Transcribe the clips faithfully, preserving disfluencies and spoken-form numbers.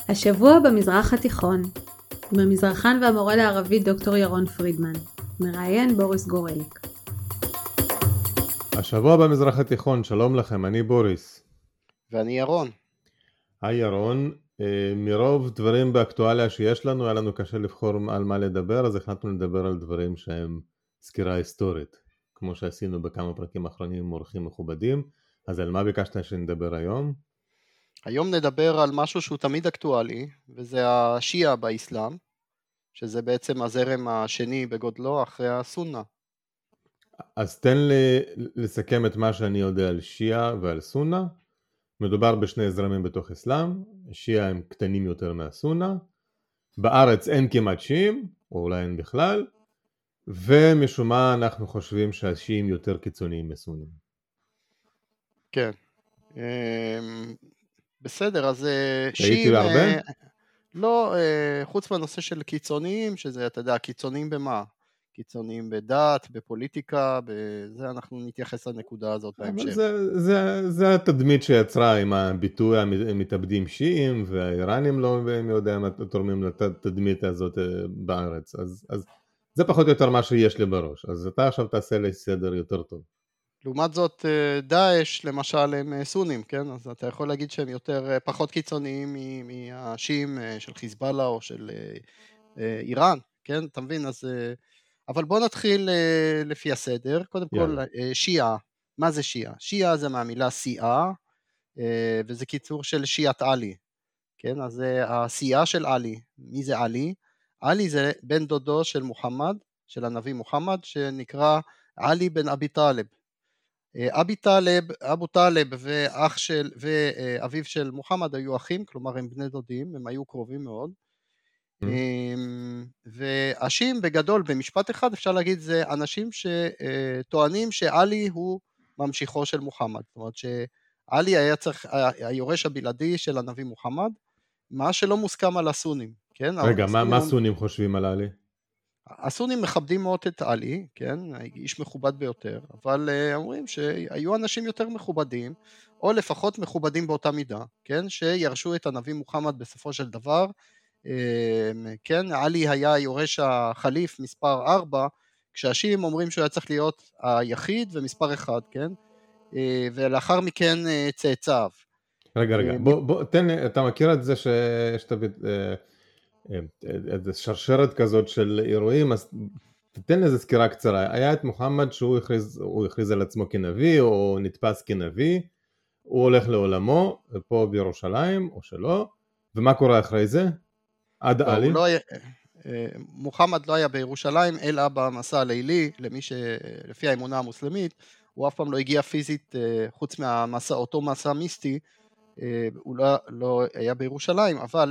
השבוע במזרח התיכון, עם המזרחן והמורה לערבית דוקטור ירון פרידמן, מראיין בוריס גורליק. השבוע במזרח התיכון, שלום לכם, אני בוריס. ואני ירון. היי ירון, מרוב דברים באקטואליה שיש לנו, היה לנו קשה לבחור על מה לדבר, אז החלטנו לדבר על דברים שהם סקירה היסטורית, כמו שעשינו בכמה פרקים אחרונים עם אורחים מכובדים. אז על מה ביקשת שנדבר היום? היום נדבר על משהו שהוא תמיד אקטואלי, וזה השיעה באסלאם, שזה בעצם הזרם השני בגודלו אחרי הסונה. אז תן לי לסכם את מה שאני יודע על שיעה ועל סונה. מדובר בשני זרמים בתוך אסלאם, שיעה הם קטנים יותר מהסונה, בארץ אין כמעט שיעים, או אולי אין בכלל, ומשום מה אנחנו חושבים שהשיעים יותר קיצוניים מסונים. כן. בסדר, אז שיעים... הייתי בהרבה? לא, חוץ מהנושא של קיצוניים, שזה, אתה יודע, קיצוניים במה? קיצוניים בדת, בפוליטיקה, בזה אנחנו נתייחס לנקודה הזאת בהמשך. אבל זה, זה, זה התדמית שיצרה עם הביטוי המתאבדים שיעים, והאיראנים לא מי יודע מה תורמים לתדמית הזאת בארץ. אז, אז זה פחות או יותר מה שיש לי בראש. אז אתה עכשיו תעשה לי סדר יותר טוב. לעומת זאת, דאעש למשל הם סונים, כן? אז אתה יכול להגיד שהם יותר, פחות קיצוניים מהשיעים של חיזבאללה או של איראן, כן? אתה מבין? אז... אבל בוא נתחיל לפי הסדר. קודם כל, שיעה. מה זה שיעה? שיעה זה מהמילה שיעה, וזה קיצור של שיעת עלי. כן? אז זה השיעה של עלי. מי זה עלי? עלי זה בן דודו של מוחמד, של הנביא מוחמד, שנקרא עלי בן אבי טלב. אבי טלב, אבו טלב ואח של, ואביו של מוחמד היו אחים, כלומר הם בני דודים, הם היו קרובים מאוד. והשיעים בגדול, במשפט אחד אפשר להגיד, זה אנשים שטוענים שעלי הוא ממשיכו של מוחמד, זאת אומרת שעלי היה צריך, היורש הבלעדי של הנביא מוחמד, מה שלא מוסכם על הסונים, כן? רגע, מה, מה הסונים חושבים על עלי? הסונים מכבדים מאוד את עלי, כן? איש מכובד ביותר, אבל אומרים שהיו אנשים יותר מכובדים, או לפחות מכובדים באותה מידה, כן? שירשו את הנביא מוחמד בסופו של דבר, כן, עלי היה יורש החליף מספר ארבע, כשהשיעים אומרים שהוא היה צריך להיות היחיד ומספר אחד, כן, ולאחר מכן צאצאיו. רגע, רגע, בוא, בוא, תן, אתה מכיר את זה שיש את שרשרת כזאת של אירועים, אז תתן לזה סקירה קצרה. היה את מוחמד שהוא הכריז, הוא הכריז על עצמו כנביא, או נתפס כנביא, הוא הולך לעולמו, פה בירושלים, או שלא, ומה קורה אחרי זה? עד עלי? לא היה, מוחמד לא היה בירושלים, אלא במסע הלילי, למי שלפי האמונה המוסלמית, הוא אף פעם לא הגיע פיזית, חוץ מהמסע, אותו מסע מיסטי, הוא לא, לא היה בירושלים, אבל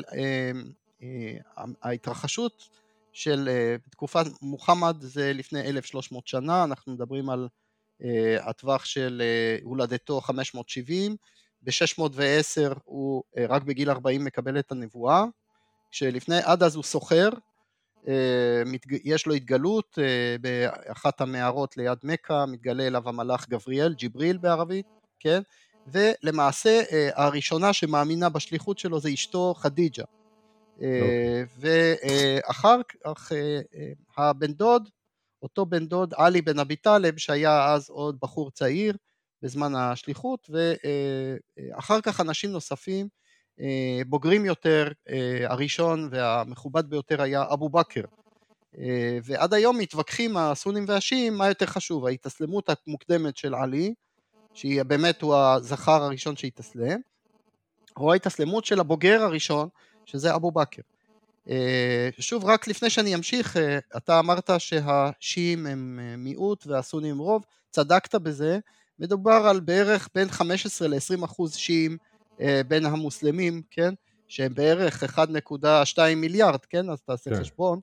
ההתרחשות של תקופת מוחמד זה לפני אלף ושלוש מאות שנה, אנחנו מדברים על הטווח של הולדתו חמש מאות שבעים, ב-שש מאות ועשר הוא רק בגיל ארבעים מקבל את הנבואה, שלפני עד אז הוא סוחר, יש לו התגלות באחת המערות ליד מקה, מתגלה אליו המלאך גבריאל, ג'יבריל בערבית, כן? ולמעשה הראשונה שמאמינה בשליחות שלו זה אשתו חדיג'ה. Okay. ואחר כך הבן דוד, אותו בן דוד עלי בן אבי טלב, שהיה אז עוד בחור צעיר בזמן השליחות, ואחר כך אנשים נוספים, בוגרים יותר, הראשון והמכובד ביותר היה אבו בכר, ועד היום מתווכחים הסונים והשיעים מה יותר חשוב, ההתאסלמות המוקדמת של עלי, שהיא באמת הוא הזכר הראשון שהתאסלם, או ההתאסלמות של הבוגר הראשון, שזה אבו בכר. שוב, רק לפני שאני אמשיך, אתה אמרת שהשיעים הם מיעוט והסונים הם רוב, צדקת בזה, מדובר על בערך בין חמש עשרה ל-עשרים אחוז שיעים בין המוסלמים, כן? שהם בערך אחד נקודה שתיים מיליארד, כן? אז תעשה כן. חשבון.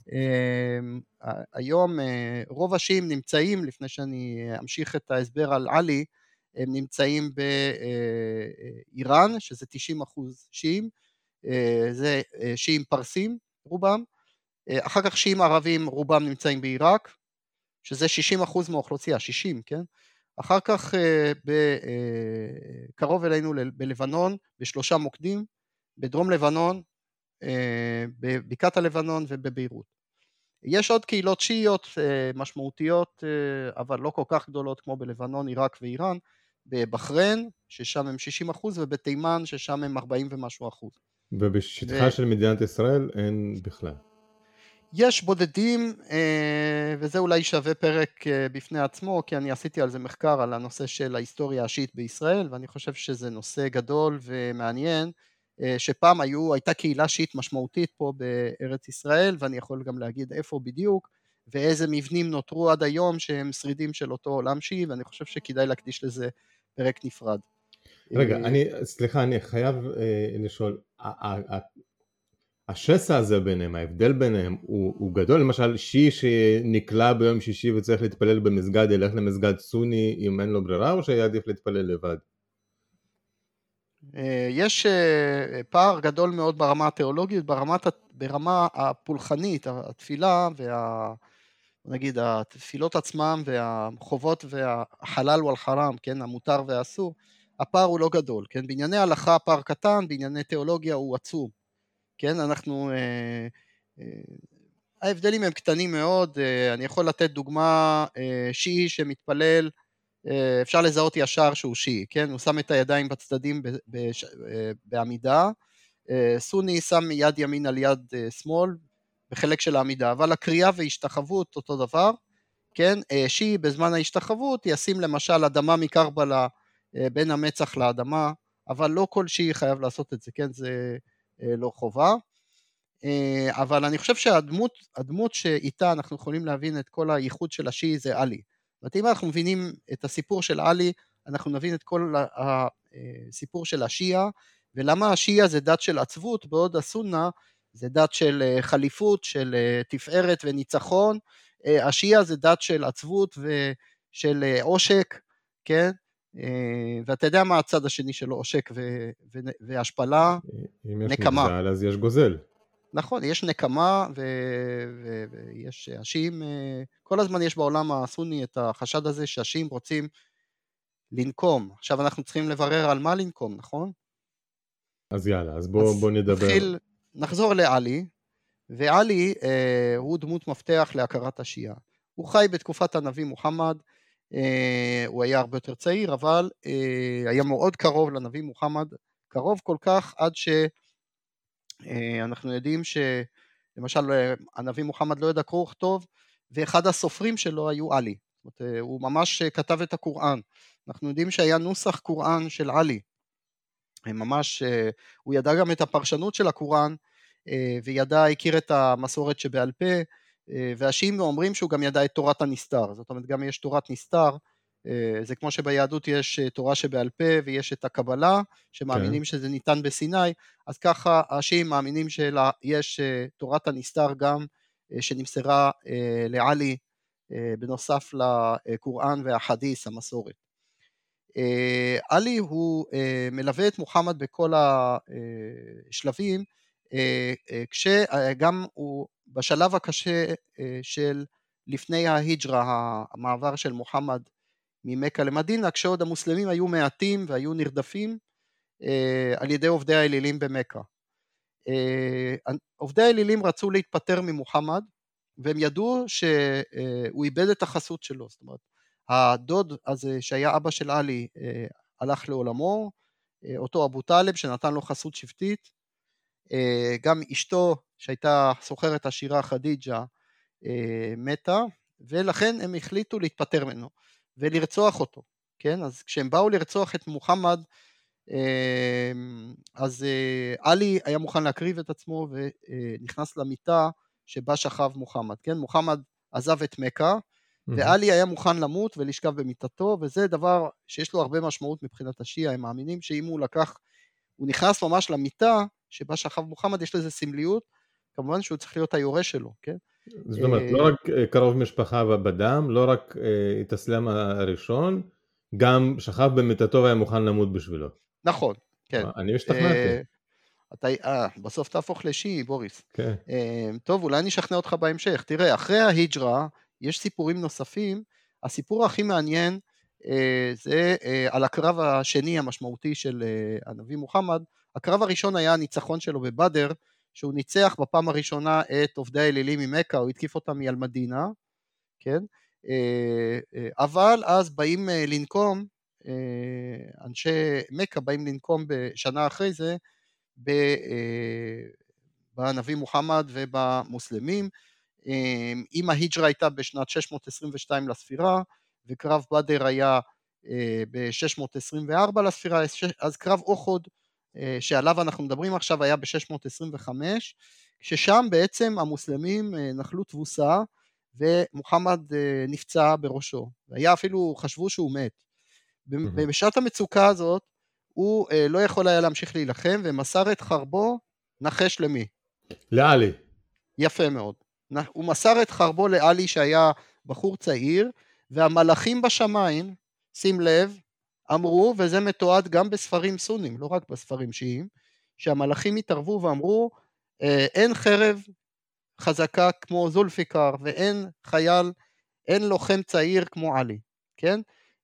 היום רוב השיעים נמצאים, לפני שאני אמשיך את ההסבר על עלי, הם נמצאים באיראן, שזה תשעים אחוז שיעים, זה שיעים פרסים, רובם. אחר כך שיעים ערבים, רובם נמצאים בעיראק, שזה שישים אחוז מהאוכלוסייה, שישים, כן? אחר כך קרוב אלינו בלבנון, בשלושה מוקדים, בדרום לבנון, בבקעת הלבנון ובביירות. יש עוד קהילות שיעיות משמעותיות, אבל לא כל כך גדולות כמו בלבנון, עיראק ואיראן, בבחריין, ששם הם שישים אחוז, ובתימן, ששם הם ארבעים ומשהו אחוז. ובשטחה ו... של מדינת ישראל אין בכלל. יש בודדים, וזה אולי שווה פרק בפני עצמו, כי אני עשיתי על זה מחקר על הנושא של ההיסטוריה השיעית בישראל, ואני חושב שזה נושא גדול ומעניין, שפעם היו, הייתה קהילה שיעית משמעותית פה בארץ ישראל, ואני יכול גם להגיד איפה בדיוק, ואיזה מבנים נותרו עד היום שהם שרידים של אותו עולם שיעי, ואני חושב שכדאי להקדיש לזה פרק נפרד. רגע, אני, סליחה, אני חייב לשאול, השסע הזה ביניהם, ההבדל ביניהם הוא, הוא גדול, למשל שיעי שנקלע ביום שישי וצריך להתפלל במסגד, ילך למסגד סוני אם אין לו ברירה, או שיעדיף להתפלל לבד? יש פער גדול מאוד ברמה התיאולוגית, ברמת, ברמה הפולחנית, התפילה וה... נגיד התפילות עצמם והחובות והחלל והחרם, כן, המותר והאסור, הפער הוא לא גדול, כן, בענייני הלכה הפער קטן, בענייני תיאולוגיה הוא עצום, כן, אנחנו, אה, אה, ההבדלים הם קטנים מאוד, אה, אני יכול לתת דוגמה, אה, שיעי שמתפלל, אה, אפשר לזהות ישר שהוא שיעי, כן, הוא שם את הידיים בצדדים ב, ב, אה, בעמידה, אה, סוני שם יד ימין על יד אה, שמאל, בחלק של העמידה, אבל הקריאה והשתחוות אותו דבר, כן, שיעי בזמן ההשתחוות ישים למשל אדמה מקרבלה בין המצח לאדמה, אבל לא כל שיעי חייב לעשות את זה, כן, זה לא חובה, אבל אני חושב שהדמות, הדמות שאיתה אנחנו יכולים להבין את כל הייחוד של השיעי זה עלי, זאת אם אנחנו מבינים את הסיפור של עלי, אנחנו נבין את כל הסיפור של השיעה, ולמה השיעה זה דת של עצבות, בעוד הסונה זה דת של חליפות, של תפארת וניצחון, השיעה זה דת של עצבות ושל עושק, כן? ואתה יודע מה הצד השני שלו, עושק והשפלה, נקמה. אם יש נגזל אז יש גוזל. נכון, יש נקמה ויש השיעים, כל הזמן יש בעולם הסוני את החשד הזה שהשיעים רוצים לנקום, עכשיו אנחנו צריכים לברר על מה לנקום, נכון? אז יאללה, אז בוא, אז בוא נדבר. נתחיל, נחזור לעלי, ועלי אה, הוא דמות מפתח להכרת השיעה. הוא חי בתקופת הנביא מוחמד, אה, הוא היה הרבה יותר צעיר, אבל אה, היה מאוד קרוב לנביא מוחמד, קרוב כל כך עד שאנחנו אה, יודעים שלמשל הנביא מוחמד לא ידע קרוא וכתוב, ואחד הסופרים שלו היו עלי, זאת אומרת, אה, הוא ממש כתב את הקוראן, אנחנו יודעים שהיה נוסח קוראן של עלי, ממש, הוא ידע גם את הפרשנות של הקוראן, וידע, הכיר את המסורת שבעל פה, והשיעים אומרים שהוא גם ידע את תורת הנסתר, זאת אומרת גם יש תורת נסתר, זה כמו שביהדות יש תורה שבעל פה, ויש את הקבלה, שמאמינים שזה ניתן בסיני, אז ככה השיעים מאמינים שיש תורת הנסתר גם, שנמסרה לעלי, בנוסף לקוראן והחדיס, המסורת. עלי הוא מלווה את מוחמד בכל השלבים, כשגם הוא בשלב הקשה של לפני ההיג'רה, המעבר של מוחמד ממכה למדינה, כשעוד המוסלמים היו מעטים והיו נרדפים על ידי עובדי האלילים במכה. עובדי האלילים רצו להתפטר ממוחמד, והם ידעו שהוא איבד את החסות שלו, זאת אומרת, הדוד הזה שהיה אבא של עלי הלך לעולמו, אותו אבו טלב שנתן לו חסות שבטית, גם אשתו שהייתה סוחרת עשירה חדיג'ה מתה, ולכן הם החליטו להתפטר ממנו ולרצוח אותו, כן? אז כשהם באו לרצוח את מוחמד, אז עלי היה מוכן להקריב את עצמו ונכנס למיטה שבה שכב מוחמד, כן? מוחמד עזב את מכה, ועלי היה מוכן למות ולשכב במיטתו, וזה דבר שיש לו הרבה משמעות מבחינת השיעה, הם מאמינים שאם הוא לקח, הוא נכנס ממש למיטה שבה שכב מוחמד, יש לזה סמליות, כמובן שהוא צריך להיות היורש שלו, כן? זאת אומרת, לא רק קרוב משפחה בדם, לא רק התאסלם הראשון, גם שכב במיטתו והיה מוכן למות בשבילו. נכון, כן. אני השתכנעתי. אתה, אה, בסוף תהפוך לשיעי, בוריס. כן. טוב, אולי אני אשכנע אותך בהמשך. תראה, אחרי ההיג'רה, יש סיפורים נוספים, הסיפור הכי מעניין זה על הקרב השני המשמעותי של הנביא מוחמד, הקרב הראשון היה הניצחון שלו בבדר, שהוא ניצח בפעם הראשונה את עובדי האלילים ממכה, הוא התקיף אותם מאל-מדינה, כן? אבל אז באים לנקום, אנשי מכה באים לנקום בשנה אחרי זה, בנביא מוחמד ובמוסלמים, אם ההיג'רה הייתה בשנת שש מאות עשרים ושתיים לספירה, וקרב בדר היה ב-שש מאות עשרים וארבע לספירה, אז קרב אוחד, שעליו אנחנו מדברים עכשיו, היה ב-שש מאות עשרים וחמש, ששם בעצם המוסלמים נחלו תבוסה, ומוחמד נפצע בראשו, והיה אפילו, חשבו שהוא מת. בשעת המצוקה הזאת, הוא לא יכול היה להמשיך להילחם, ומסר את חרבו נחש למי? לעלי. יפה מאוד. הוא מסר את חרבו לעלי שהיה בחור צעיר, והמלאכים בשמיים, שים לב, אמרו, וזה מתועד גם בספרים סונים, לא רק בספרים שיעים, שהמלאכים התערבו ואמרו, אין חרב חזקה כמו זולפיקר, ואין חייל, אין לוחם צעיר כמו עלי, כן?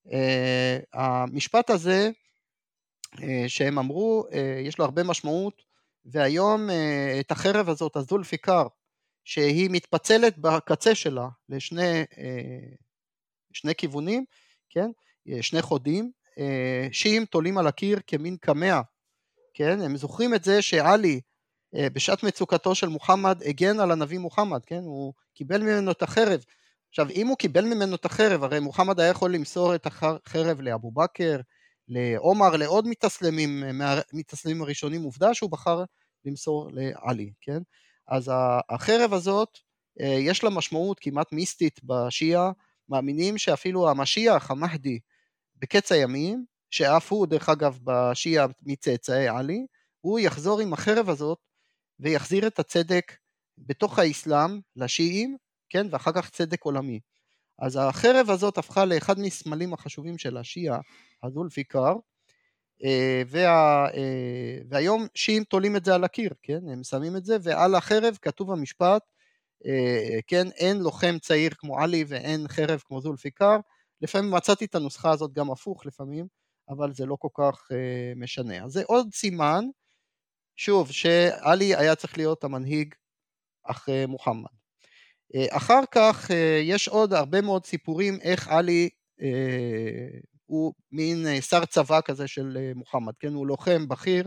המשפט הזה, שהם אמרו, יש לו הרבה משמעות, והיום את החרב הזאת, הזולפיקר, שהיא מתפצלת בקצה שלה לשני שני כיוונים, כן? שני חודים, שיעים תולים על הקיר כמין קמע, כן? הם זוכרים את זה שעלי, בשעת מצוקתו של מוחמד, הגן על הנביא מוחמד, כן? הוא קיבל ממנו את החרב. עכשיו, אם הוא קיבל ממנו את החרב, הרי מוחמד היה יכול למסור את החרב לאבו בכר, לעומר, לעוד מתסלמים, מהמתסלמים הראשונים, עובדה שהוא בחר למסור לעלי, כן? אז החרב הזאת, יש לה משמעות כמעט מיסטית בשיעה, מאמינים שאפילו המשיח, המהדי, בקץ הימים, שאף הוא דרך אגב בשיעה מצאצאי עלי, הוא יחזור עם החרב הזאת, ויחזיר את הצדק בתוך האסלאם לשיעים, כן? ואחר כך צדק עולמי. אז החרב הזאת הפכה לאחד מסמלים החשובים של השיעה, הזולפיקר, וה, והיום שיעים תולים את זה על הקיר, כן? הם שמים את זה, ועל החרב כתוב המשפט, כן? אין לוחם צעיר כמו עלי, ואין חרב כמו זולפיקר. לפעמים מצאתי את הנוסחה הזאת גם הפוך לפעמים, אבל זה לא כל כך משנה. אז זה עוד סימן, שוב, שעלי היה צריך להיות המנהיג אחרי מוחמד. אחר כך יש עוד הרבה מאוד סיפורים איך עלי הוא מין שר צבא כזה של מוחמד, כן? הוא לוחם בכיר,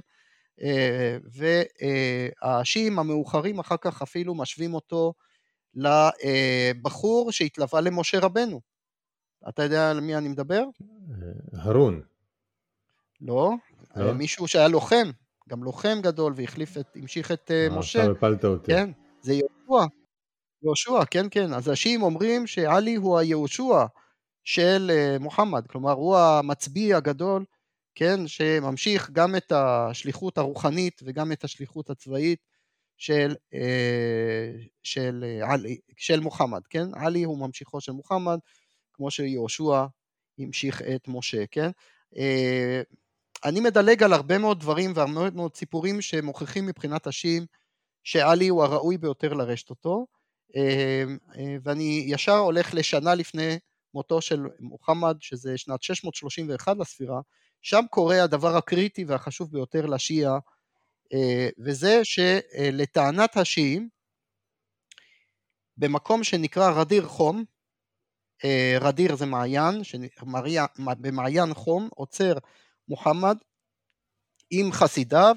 והשיעים המאוחרים אחר כך אפילו משווים אותו לבחור שהתלווה למשה רבנו. אתה יודע על מי אני מדבר? הרון. לא, לא? מישהו שהיה לוחם, גם לוחם גדול, והחליף את, המשיך את אה, משה. עכשיו הפלת אותי. כן, זה יהושע. יהושע, כן, כן. אז השיעים אומרים שעלי הוא היהושע של אה, מוחמד, כלומר הוא המצביא הגדול, כן, שממשיך גם את השליחות הרוחנית וגם את השליחות הצבאית של אה, של אה, עלי, של מוחמד, כן? עלי הוא ממשיכו של מוחמד, כמו שיהושע המשיך את משה, כן? אה, אני מדלג על הרבה מאוד דברים והרבה מאוד סיפורים שמוכיחים מבחינת השיעים שעלי הוא הראוי ביותר לרשת אותו, ואני ישר הולך לשנה לפני מותו של מוחמד, שזה שנת שש מאות שלושים ואחת לספירה, שם קורה הדבר הקריטי והחשוב ביותר לשיעה, וזה שלטענת השיעים, במקום שנקרא רדיר חום, רדיר זה מעיין, במעיין חום עוצר מוחמד עם חסידיו,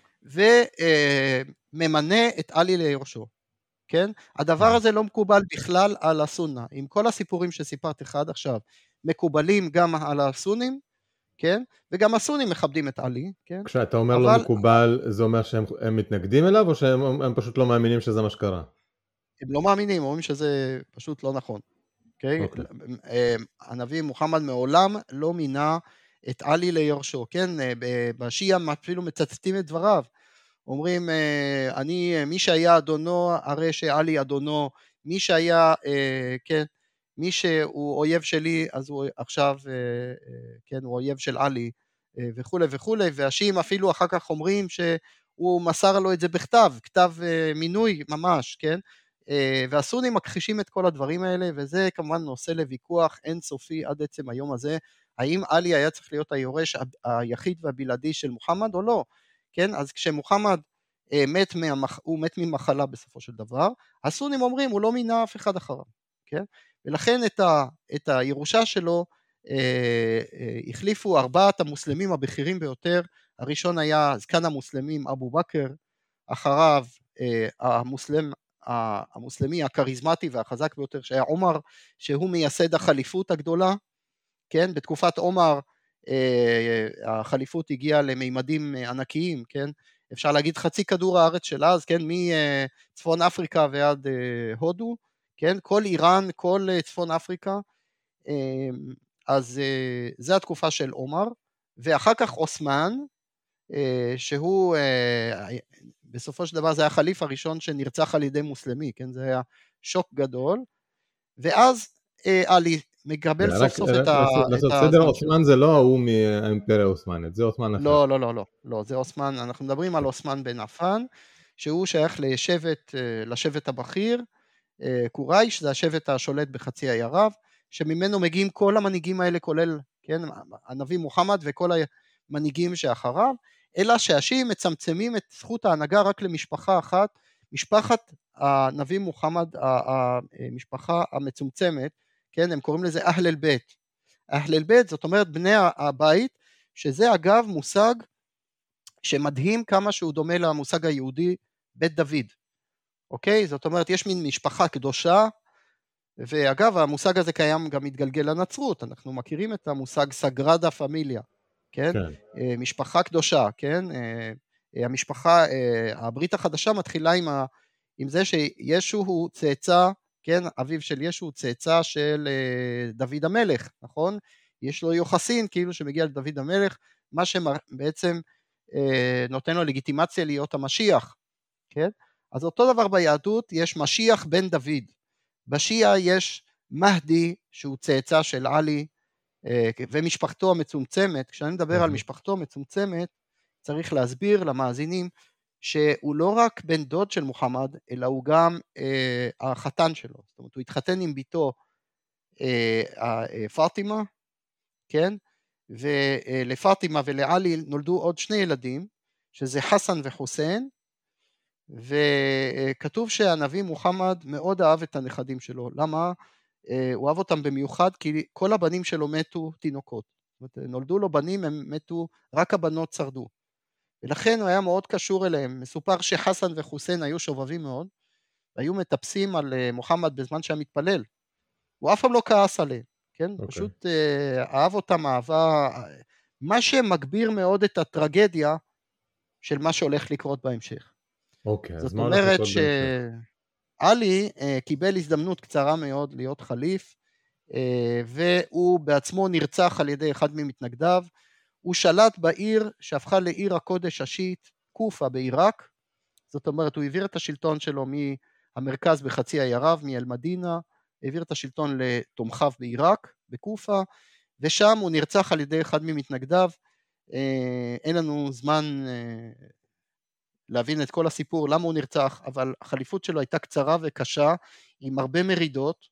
וממנה את עלי ליורשו, כן? הדבר הזה לא מקובל בכלל על הסונה, עם כל הסיפורים שסיפרתי לך עד עכשיו, מקובלים גם על הסונים, כן? וגם הסונים מכבדים את עלי, כן? כשאתה אומר אבל... לא מקובל, זה אומר שהם מתנגדים אליו, או שהם הם פשוט לא מאמינים שזה מה שקרה? הם לא מאמינים, אומרים שזה פשוט לא נכון. Okay? Okay. הנביא מוחמד מעולם לא מינה את עלי ליורשו, כן? בשיעה אפילו מצטטים את דבריו, אומרים, אני, מי שהיה אדונו, הרי שעלי אדונו, מי שהיה, כן, מי שהוא אויב שלי, אז הוא עכשיו, כן, הוא אויב של עלי, וכו' וכו', והשיעים אפילו אחר כך אומרים שהוא מסר לו את זה בכתב, כתב מינוי ממש, כן? והסונים מכחישים את כל הדברים האלה, וזה כמובן נושא לוויכוח אינסופי עד עצם היום הזה, האם עלי היה צריך להיות היורש היחיד והבלעדי של מוחמד או לא, כן, אז כשמוחמד אה, מת, מהמח... הוא מת ממחלה בסופו של דבר, הסונים אומרים הוא לא מינה אף אחד אחריו, כן, ולכן את, ה... את הירושה שלו אה, אה, החליפו ארבעת המוסלמים הבכירים ביותר, הראשון היה זקן המוסלמים אבו בכר, אחריו אה, המוסלם, המוסלמי הכריזמטי והחזק ביותר שהיה עומר, שהוא מייסד החליפות הגדולה, כן, בתקופת עומר אה, החליפות הגיעה למימדים ענקיים, כן, אפשר להגיד חצי כדור הארץ של אז, כן, מצפון אפריקה ועד אה, הודו, כן, כל איראן, כל צפון אפריקה, אה, אז אה, זה התקופה של עומר, ואחר כך אוסמן, אה, שהוא אה, בסופו של דבר זה היה החליף הראשון שנרצח על ידי מוסלמי, כן, זה היה שוק גדול, ואז אה, עלי מקבל סוף סוף את ה... לעשות סדר, אוסמן זה לא הוא מהאימפריה האוסמנית, זה אוסמן אחר. לא, לא, לא, לא, לא, זה אוסמן, אנחנו מדברים על אוסמן בן עפן, שהוא שייך לשבט, לשבט הבכיר, קורייש, זה השבט השולט בחצי האי ערב, שממנו מגיעים כל המנהיגים האלה, כולל, כן, הנביא מוחמד וכל המנהיגים שאחריו, אלא שהשיעים מצמצמים את זכות ההנהגה רק למשפחה אחת, משפחת הנביא מוחמד, המשפחה המצומצמת, כן, הם קוראים לזה אהל אל בית, אהל אל בית, זאת אומרת בני הבית, שזה אגב מושג שמדהים כמה שהוא דומה למושג היהודי בית דוד, אוקיי? זאת אומרת יש מין משפחה קדושה, ואגב המושג הזה קיים גם מתגלגל לנצרות, אנחנו מכירים את המושג סגרדה פמיליה, כן? כן. משפחה קדושה, כן? המשפחה, הברית החדשה מתחילה עם, ה, עם זה שישו הוא צאצא, כן? אביו של ישו הוא צאצא של דוד המלך, נכון? יש לו יוחסין כאילו שמגיע לדוד המלך, מה שבעצם נותן לו לגיטימציה להיות המשיח, כן? אז אותו דבר ביהדות, יש משיח בן דוד, בשיעה יש מהדי שהוא צאצא של עלי, ומשפחתו המצומצמת, כשאני מדבר על משפחתו המצומצמת, צריך להסביר למאזינים, שהוא לא רק בן דוד של מוחמד, אלא הוא גם אה, החתן שלו, זאת אומרת הוא התחתן עם ביתו אה, פאטימה, כן, ולפאטימה ולעלי נולדו עוד שני ילדים, שזה חסן וחוסיין, וכתוב שהנביא מוחמד מאוד אהב את הנכדים שלו, למה? הוא אהב אותם במיוחד, כי כל הבנים שלו מתו תינוקות, זאת אומרת, נולדו לו בנים, הם מתו, רק הבנות שרדו, ולכן הוא היה מאוד קשור אליהם, מסופר שחסן וחוסיין היו שובבים מאוד, והיו מטפסים על מוחמד בזמן שהיה מתפלל, הוא אף פעם לא כעס עליהם, כן? Okay. פשוט אהב אותם אהבה, מה שמגביר מאוד את הטרגדיה של מה שהולך לקרות בהמשך. אוקיי, זאת אומרת שעלי קיבל הזדמנות קצרה מאוד להיות חליף, והוא בעצמו נרצח על ידי אחד ממתנגדיו, הוא שלט בעיר שהפכה לעיר הקודש השיעית, קופה בעיראק, זאת אומרת הוא העביר את השלטון שלו מהמרכז בחצי האי ערב, מאל מדינה, העביר את השלטון לתומכיו בעיראק, בקופה, ושם הוא נרצח על ידי אחד ממתנגדיו, אין לנו זמן להבין את כל הסיפור, למה הוא נרצח, אבל החליפות שלו הייתה קצרה וקשה, עם הרבה מרידות,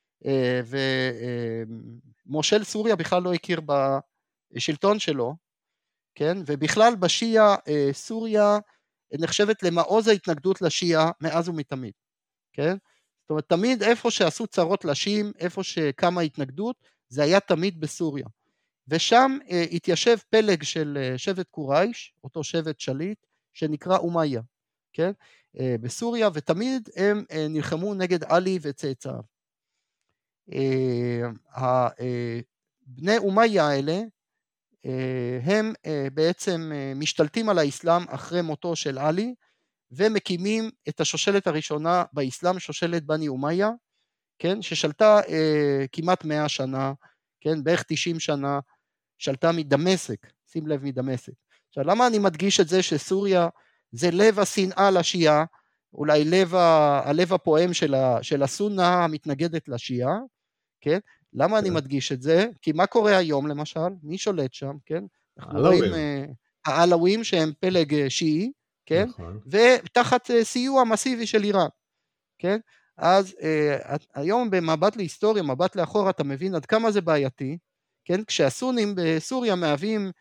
ומושל סוריה בכלל לא הכיר בשלטון שלו, כן? ובכלל בשיעה סוריה נחשבת למעוז ההתנגדות לשיעה מאז ומתמיד, כן? זאת אומרת, תמיד איפה שעשו צרות לשיעים, איפה שקמה התנגדות, זה היה תמיד בסוריה. ושם אה, התיישב פלג של אה, שבט קורייש, אותו שבט שליט, שנקרא אומיה, כן? אה, בסוריה, ותמיד הם אה, נלחמו נגד עלי וצאצאיו. אה, אה, בני אומיה האלה, אה, הם אה, בעצם אה, משתלטים על האסלאם אחרי מותו של עלי, ומקימים את השושלת הראשונה באסלאם, שושלת בני אומיה, כן, ששלטה אה, כמעט מאה שנה, כן, בערך תשעים שנה, שלטה מדמשק, שים לב מדמשק. עכשיו, למה אני מדגיש את זה שסוריה זה לב השנאה לשיעה, אולי לב ה, הלב הפועם של, ה, של הסונה המתנגדת לשיעה, כן? למה אני מדגיש את זה? כי מה קורה היום למשל? מי שולט שם, כן? אנחנו רואים אה, העלווים שהם פלג שיעי, כן? נכון. ותחת סיוע מסיבי של איראן, כן? אז אה, היום במבט להיסטוריה, מבט לאחור, אתה מבין עד כמה זה בעייתי, כן? כשהסונים בסוריה מהווים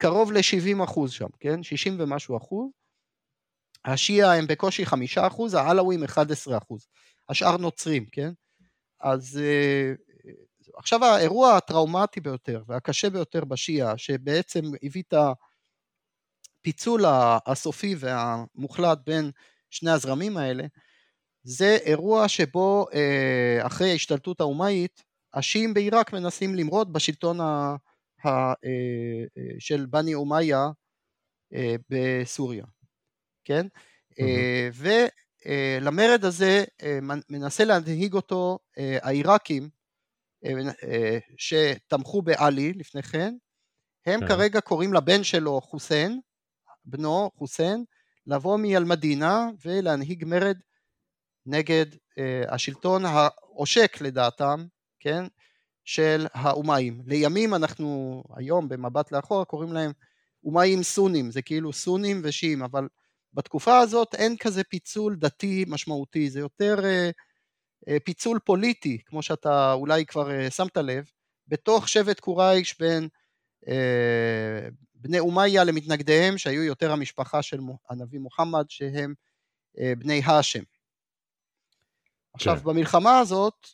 קרוב ל-שבעים אחוז שם, כן? שישים ומשהו אחוז. השיעה הם בקושי חמישה אחוז, העלווים אחד עשר אחוז. השאר נוצרים, כן? אז עכשיו האירוע הטראומטי ביותר והקשה ביותר בשיעה, שבעצם הביא את הפיצול הסופי והמוחלט בין שני הזרמים האלה, זה אירוע שבו אחרי ההשתלטות האומאית, השיעים בעיראק מנסים למרוד בשלטון ה, ה, של בני אומיה בסוריה, כן? Mm-hmm. ולמרד הזה מנסה להנהיג אותו העיראקים שתמכו בעלי לפני כן, הם כן. כרגע קוראים לבן שלו חוסיין, בנו חוסיין, לבוא מאל-מדינה ולהנהיג מרד נגד השלטון העושק לדעתם, כן, של האומאים. לימים אנחנו היום במבט לאחור קוראים להם אומאים סונים, זה כאילו סונים ושיעים, אבל בתקופה הזאת אין כזה פיצול דתי משמעותי, זה יותר פיצול פוליטי, כמו שאתה אולי כבר שמת לב, בתוך שבט קורייש בין בני אומיה למתנגדיהם, שהיו יותר המשפחה של הנביא מוחמד, שהם בני האשם. עכשיו, כן. במלחמה הזאת,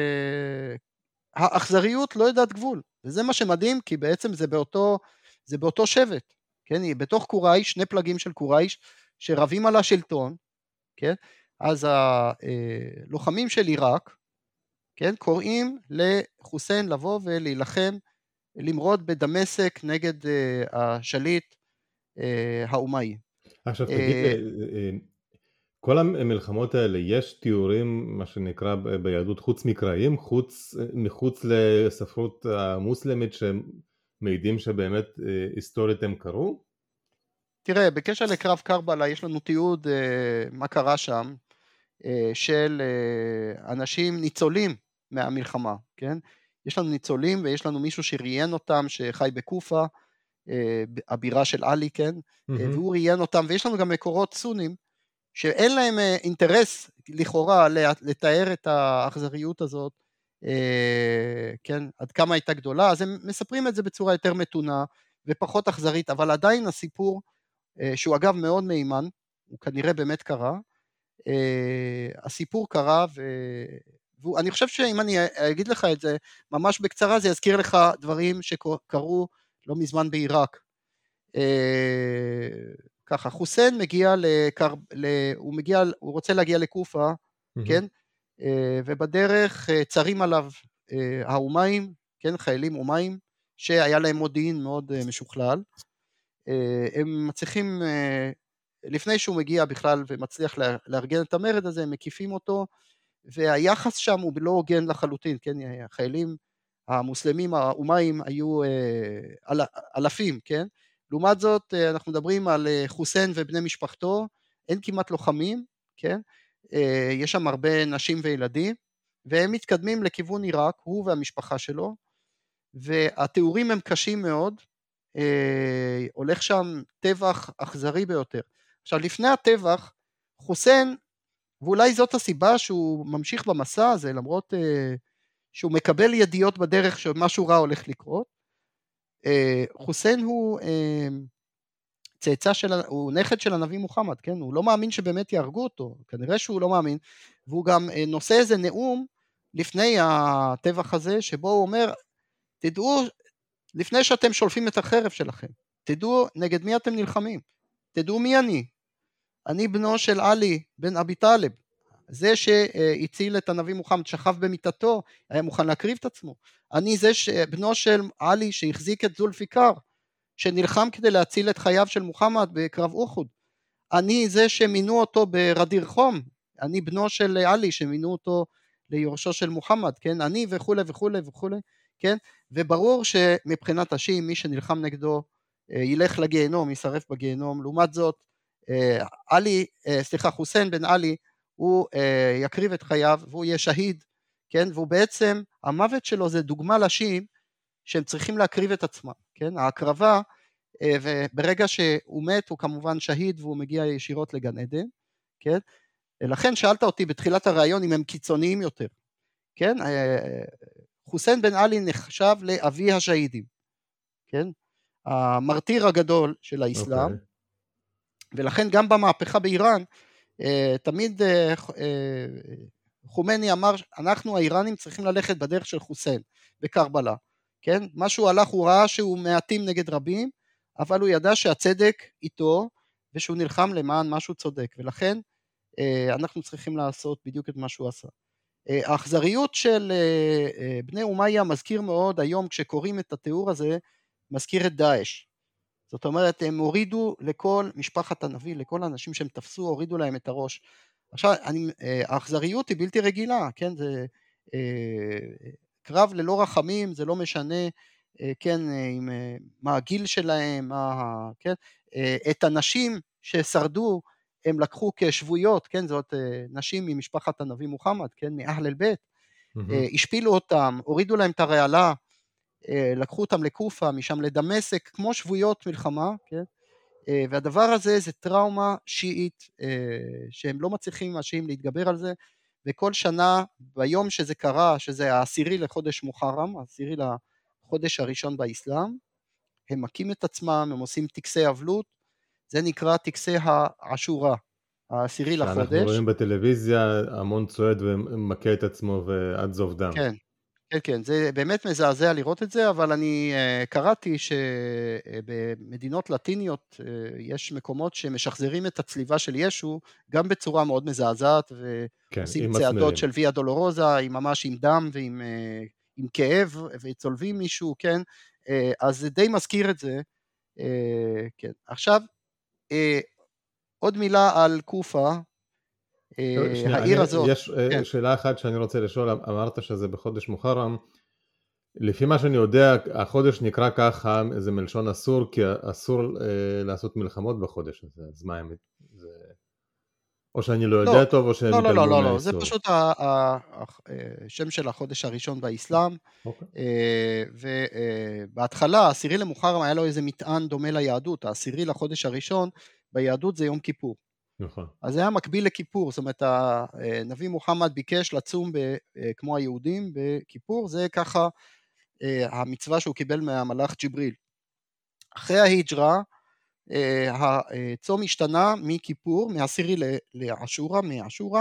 האכזריות לא יודעת גבול, וזה מה שמדהים, כי בעצם זה באותו, זה באותו שבט, כן? בתוך קורייש, שני פלגים של קורייש, שרבים על השלטון, כן? אז הלוחמים של עיראק, כן? קוראים לחוסיין לבוא ולהילחם, למרוד בדמשק נגד השליט האומאי. עכשיו תגיד, כל המלחמות האלה, יש תיאורים, מה שנקרא ביהדות, חוץ מקראיים, חוץ, מחוץ לספרות המוסלמית, שמעידים שבאמת היסטורית הם קרו? תראה, בקשר לקרב קרבלה, יש לנו תיעוד מה קרה שם, של אנשים ניצולים מהמלחמה, כן? יש לנו ניצולים ויש לנו מישהו שראיין אותם, שחי בקופה, הבירה של עלי, כן? Mm-hmm. והוא ראיין אותם, ויש לנו גם מקורות סונים, שאין להם אינטרס לכאורה לתאר את האכזריות הזאת, כן? עד כמה הייתה גדולה, אז הם מספרים את זה בצורה יותר מתונה ופחות אכזרית, אבל עדיין הסיפור, שהוא אגב מאוד מימן, הוא כנראה באמת קרה, הסיפור קרה, ו... ואני חושב שאם אני אגיד לך את זה ממש בקצרה, זה יזכיר לך דברים שקרו לא מזמן בעיראק. ככה, חוסיין מגיע לקר... הוא מגיע, הוא רוצה להגיע לקופה, mm-hmm. כן? ובדרך צרים עליו האומאים, כן? חיילים אומאים, שהיה להם מודיעין מאוד משוכלל. הם מצליחים, לפני שהוא מגיע בכלל ומצליח לארגן את המרד הזה, הם מקיפים אותו, והיחס שם הוא לא הוגן לחלוטין, כן? החיילים המוסלמים האומאים היו אל... אלפים, כן? לעומת זאת, אנחנו מדברים על חוסיין ובני משפחתו, אין כמעט לוחמים, כן? יש שם הרבה נשים וילדים, והם מתקדמים לכיוון עיראק, הוא והמשפחה שלו, והתיאורים הם קשים מאוד, הולך שם טבח אכזרי ביותר. עכשיו, לפני הטבח, חוסיין, ואולי זאת הסיבה שהוא ממשיך במסע הזה, למרות שהוא מקבל ידיעות בדרך שמשהו רע הולך לקרות, חוסיין הוא צאצא של, הוא נכד של הנביא מוחמד, כן? הוא לא מאמין שבאמת יהרגו אותו, כנראה שהוא לא מאמין, והוא גם נושא איזה נאום לפני הטבח הזה, שבו הוא אומר, תדעו, לפני שאתם שולפים את החרב שלכם, תדעו נגד מי אתם נלחמים, תדעו מי אני, אני בנו של עלי בן אבי טלב, זה שהציל את הנביא מוחמד, שכב במיטתו, היה מוכן להקריב את עצמו, אני זה בנו של עלי שהחזיק את זולפיקר, שנלחם כדי להציל את חייו של מוחמד בקרב אוחוד, אני זה שמינו אותו ברדיר חום, אני בנו של עלי שמינו אותו ליורשו של מוחמד, כן, אני וכו' וכו' וכו', כן, וברור שמבחינת השיעים, מי שנלחם נגדו, ילך לגיהנום, יישרף בגיהנום, לעומת זאת, עלי, סליחה, חוסיין בן עלי, הוא יקריב את חייו, והוא יהיה שהיד, כן, והוא בעצם, המוות שלו זה דוגמה לשיעים, שהם צריכים להקריב את עצמם, כן, ההקרבה, וברגע שהוא מת, הוא כמובן שהיד, והוא מגיע ישירות לגן עדן, כן, לכן שאלת אותי בתחילת הרעיון, אם הם קיצוניים יותר, כן, חוסיין בן עלי נחשב לאבי השהידים, כן, המרטיר הגדול של האסלאם, אוקיי. ולכן גם במהפכה באיראן, תמיד חומני אמר, אנחנו האיראנים צריכים ללכת בדרך של חוסיין, בקרבלה, כן? מה שהוא הלך, הוא ראה שהוא מעטים נגד רבים, אבל הוא ידע שהצדק איתו, ושהוא נלחם למען משהו צודק, ולכן אנחנו צריכים לעשות בדיוק את מה שהוא עשה. האכזריות של בני אומיה מזכיר מאוד היום, כשקוראים את התיאור הזה, מזכיר את דאעש. זאת אומרת, הם הורידו לכל משפחת הנביא, לכל האנשים שהם תפסו, הורידו להם את הראש. עכשיו, אני, האכזריות היא בלתי רגילה, כן? זה קרב ללא רחמים, זה לא משנה, כן, עם, מה הגיל שלהם, מה, כן? את הנשים ששרדו, הם לקחו כשבויות, כן? זאת נשים ממשפחת הנביא מוחמד, כן? מאהל אל בית, mm-hmm. השפילו אותם, הורידו להם את הרעלה, לקחו אותם לקופה, משם לדמשק, כמו שבויות מלחמה, כן? והדבר הזה זה טראומה שיעית, שהם לא מצליחים השיעים להתגבר על זה, וכל שנה, ביום שזה קרה, שזה העשירי לחודש מוחרם, העשירי לחודש הראשון באסלאם, הם מקים את עצמם, הם עושים טקסי אבלות, זה נקרא טקסי העשורה, העשירי לחודש. שאנחנו רואים בטלוויזיה, המון צועד ומכה את עצמו ועד זוב דם. כן. כן, כן, זה באמת מזעזע לראות את זה, אבל אני uh, קראתי שבמדינות לטיניות uh, יש מקומות שמשחזרים את הצליבה של ישו, גם בצורה מאוד מזעזעת, ועושים כן, צעדות של ויה דולורוזה, עם ממש עם דם ועם uh, עם כאב, וצולבים מישהו, כן, uh, אז זה די מזכיר את זה, uh, כן. עכשיו, uh, עוד מילה על קופה, שנייה, העיר אני, הזאת. יש כן. שאלה אחת שאני רוצה לשאול, אמרת שזה בחודש מוחרם, לפי מה שאני יודע, החודש נקרא ככה, זה מלשון אסור, כי אסור אה, לעשות מלחמות בחודש הזה, אז מה הם, זה... או שאני לא יודע לא, טוב, או שהם לא, יתעלמו לא, לא, מהאיסור. לא, זה פשוט השם של החודש הראשון באסלאם, אוקיי. ובהתחלה, העשירי למוחרם היה לו איזה מטען דומה ליהדות, העשירי לחודש הראשון, ביהדות זה יום כיפור. נכון. אז זה היה מקביל לכיפור, זאת אומרת, הנביא מוחמד ביקש לצום ב, כמו היהודים בכיפור, זה ככה המצווה שהוא קיבל מהמלאך ג'יבריל. אחרי ההיג'רה, הצום השתנה מכיפור, מעשירי לעשורה, מעשורה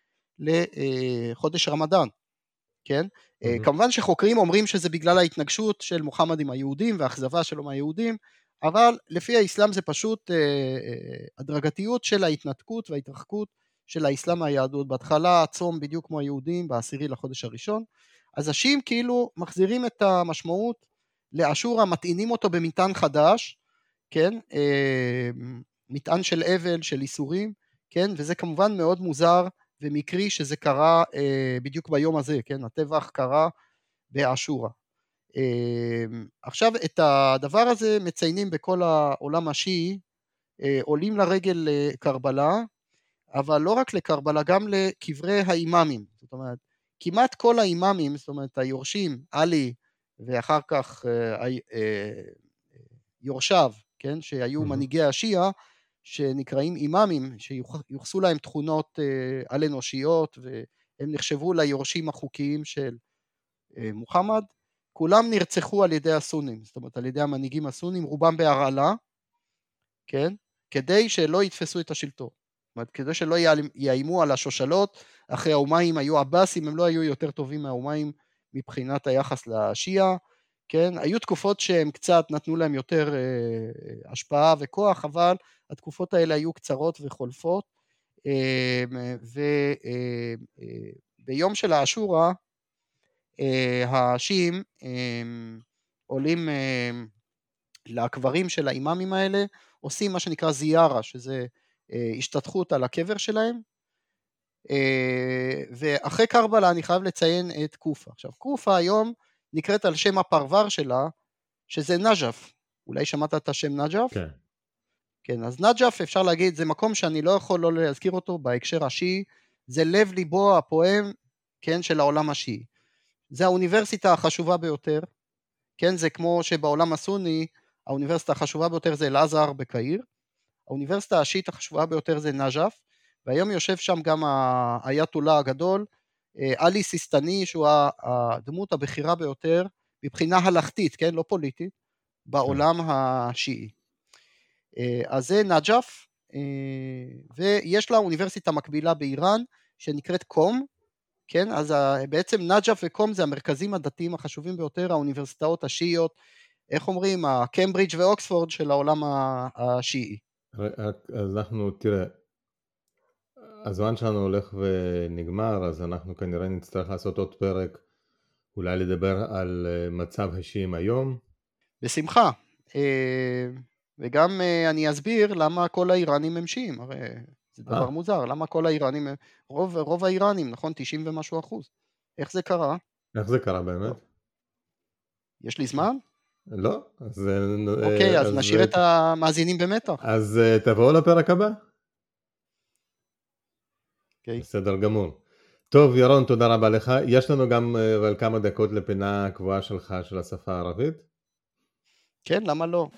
לחודש רמדאן, כן? Mm-hmm. כמובן שחוקרים אומרים שזה בגלל ההתנגשות של מוחמד עם היהודים, והאכזבה שלו מהיהודים, אבל לפי האסלאם זה פשוט אה, אה, הדרגתיות של ההתנתקות וההתרחקות של האסלאם מהיהדות. בהתחלה הצום בדיוק כמו היהודים בעשירי לחודש הראשון, אז השיעים כאילו מחזירים את המשמעות לאשורה, מטעינים אותו במטען חדש, כן, אה, מטען של אבל, של איסורים, כן, וזה כמובן מאוד מוזר ומקרי שזה קרה אה, בדיוק ביום הזה, כן, הטבח קרה באשורה. עכשיו את הדבר הזה מציינים בכל העולם השיעי, עולים לרגל לקרבלה, אבל לא רק לקרבלה, גם לקברי האימאמים, זאת אומרת, כמעט כל האימאמים, זאת אומרת היורשים, עלי ואחר כך יורשיו, כן, שהיו מנהיגי השיעה, שנקראים אימאמים, שיוחסו להם תכונות על אנושיות, והם נחשבו ליורשים החוקיים של מוחמד, כולם נרצחו על ידי הסונים, זאת אומרת על ידי המנהיגים הסונים, רובם בהרעלה, כן? כדי שלא יתפסו את השלטון, זאת אומרת כדי שלא יאיימו על השושלות, אחרי האומיים היו עבאסים, הם לא היו יותר טובים מהאומיים מבחינת היחס לשיעה, כן? היו תקופות שהם קצת נתנו להם יותר אה, השפעה וכוח, אבל התקופות האלה היו קצרות וחולפות, אה, וביום אה, של האשורה, השיעים עולים לקברים של האימאמים האלה, עושים מה שנקרא זיארה, שזה השתתחות על הקבר שלהם, ואחרי קרבלה אני חייב לציין את קופה. עכשיו קופה היום נקראת על שם הפרבר שלה, שזה נג'ף, אולי שמעת את השם נג'ף? כן. כן, אז נג'ף אפשר להגיד, זה מקום שאני לא יכול לא להזכיר אותו בהקשר השיעי, זה לב ליבו הפועם, כן, של העולם השיעי. זה האוניברסיטה החשובה ביותר, כן, זה כמו שבעולם הסוני, האוניברסיטה החשובה ביותר זה אל-אזהר בקהיר, האוניברסיטה השיעית החשובה ביותר זה נג'ף, והיום יושב שם גם האייתוללה הגדול, עלי סיסטני, שהוא הדמות הבכירה ביותר, מבחינה הלכתית, כן, לא פוליטית, בעולם השיעי. אז זה נג'ף, ויש לה אוניברסיטה מקבילה באיראן, שנקראת קום, כן, אז בעצם נג'ף וקום זה המרכזים הדתיים החשובים ביותר, האוניברסיטאות השיעיות, איך אומרים, הקמברידג' ואוקספורד של העולם השיעי. אז אנחנו, תראה, הזמן שלנו הולך ונגמר, אז אנחנו כנראה נצטרך לעשות עוד פרק, אולי לדבר על מצב השיעים היום. בשמחה, וגם אני אסביר למה כל האיראנים הם שיעים, הרי זה דבר מוזר, למה כל האיראנים, רוב, רוב האיראנים, נכון, תשעים ומשהו אחוז, איך זה קרה? איך זה קרה באמת? יש לי זמן? לא. אז, אוקיי, אז, אז נשאיר את המאזינים במתח. אז תבואו לפרק הבא. אוקיי. בסדר גמור. טוב, ירון, תודה רבה לך. יש לנו גם אבל כמה דקות לפינה הקבועה שלך של השפה הערבית? כן, למה לא?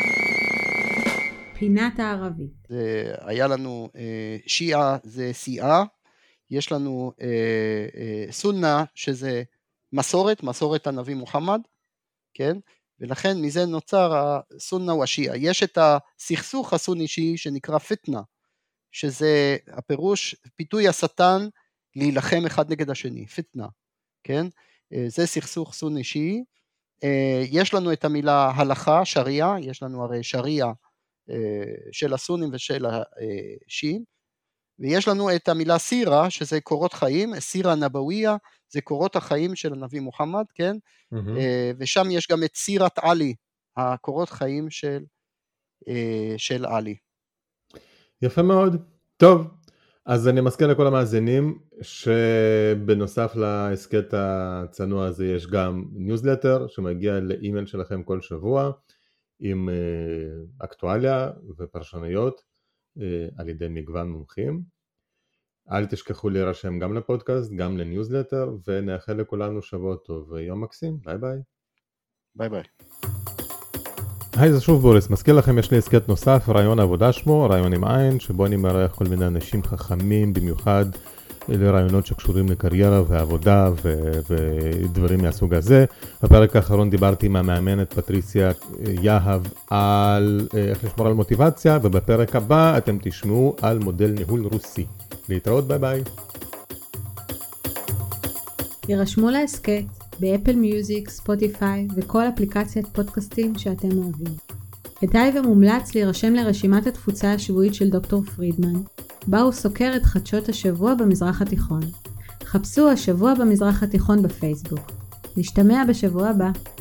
פינת הערבית. זה, היה לנו אה, שיעה זה סיעה, יש לנו אה, אה, סונה שזה מסורת, מסורת הנביא מוחמד, כן? ולכן מזה נוצר הסונה והשיעה. יש את הסכסוך הסוני שיעי שנקרא פיטנה, שזה הפירוש, פיתוי השטן להילחם אחד נגד השני, פיטנה, כן? זה סכסוך סוני שיעי. יש לנו את המילה הלכה, שריעה, יש לנו הרי שריעה של הסונים ושל השיעים, ויש לנו את המילה סירה, שזה קורות חיים, סירה נבוויה, זה קורות החיים של הנביא מוחמד, כן? Mm-hmm. ושם יש גם את סירת עלי, הקורות חיים של, של עלי. יפה מאוד. טוב, אז אני מזכיר לכל המאזינים שבנוסף להסקט הצנוע הזה יש גם ניוזלטר שמגיע לאימייל שלכם כל שבוע עם אקטואליה ופרשנויות על ידי מגוון מומחים. אל תשכחו להירשם גם לפודקאסט, גם לניוזלטר, ונאחל לכולנו שבוע טוב ויום מקסים. ביי ביי. ביי ביי. היי, זה שוב בוריס. מזכיר לכם, יש לי הסקט נוסף, רעיון עבודה שמו, רעיון עם עין, שבו אני מארח כל מיני אנשים חכמים, במיוחד לרעיונות שקשורים לקריירה ועבודה ו- ודברים מהסוג הזה. בפרק האחרון דיברתי עם המאמנת פטריסיה יהב על איך לשמור על מוטיבציה, ובפרק הבא אתם תשמעו על מודל ניהול רוסי. להתראות, ביי ביי. יירשמו להסקט באפל מיוזיק, ספוטיפיי וכל אפליקציית פודקאסטים שאתם אוהבים. כדאי ומומלץ להירשם לרשימת התפוצה השבועית של דוקטור פרידמן, בה הוא סוקר את חדשות השבוע במזרח התיכון. חפשו השבוע במזרח התיכון בפייסבוק. נשתמע בשבוע הבא.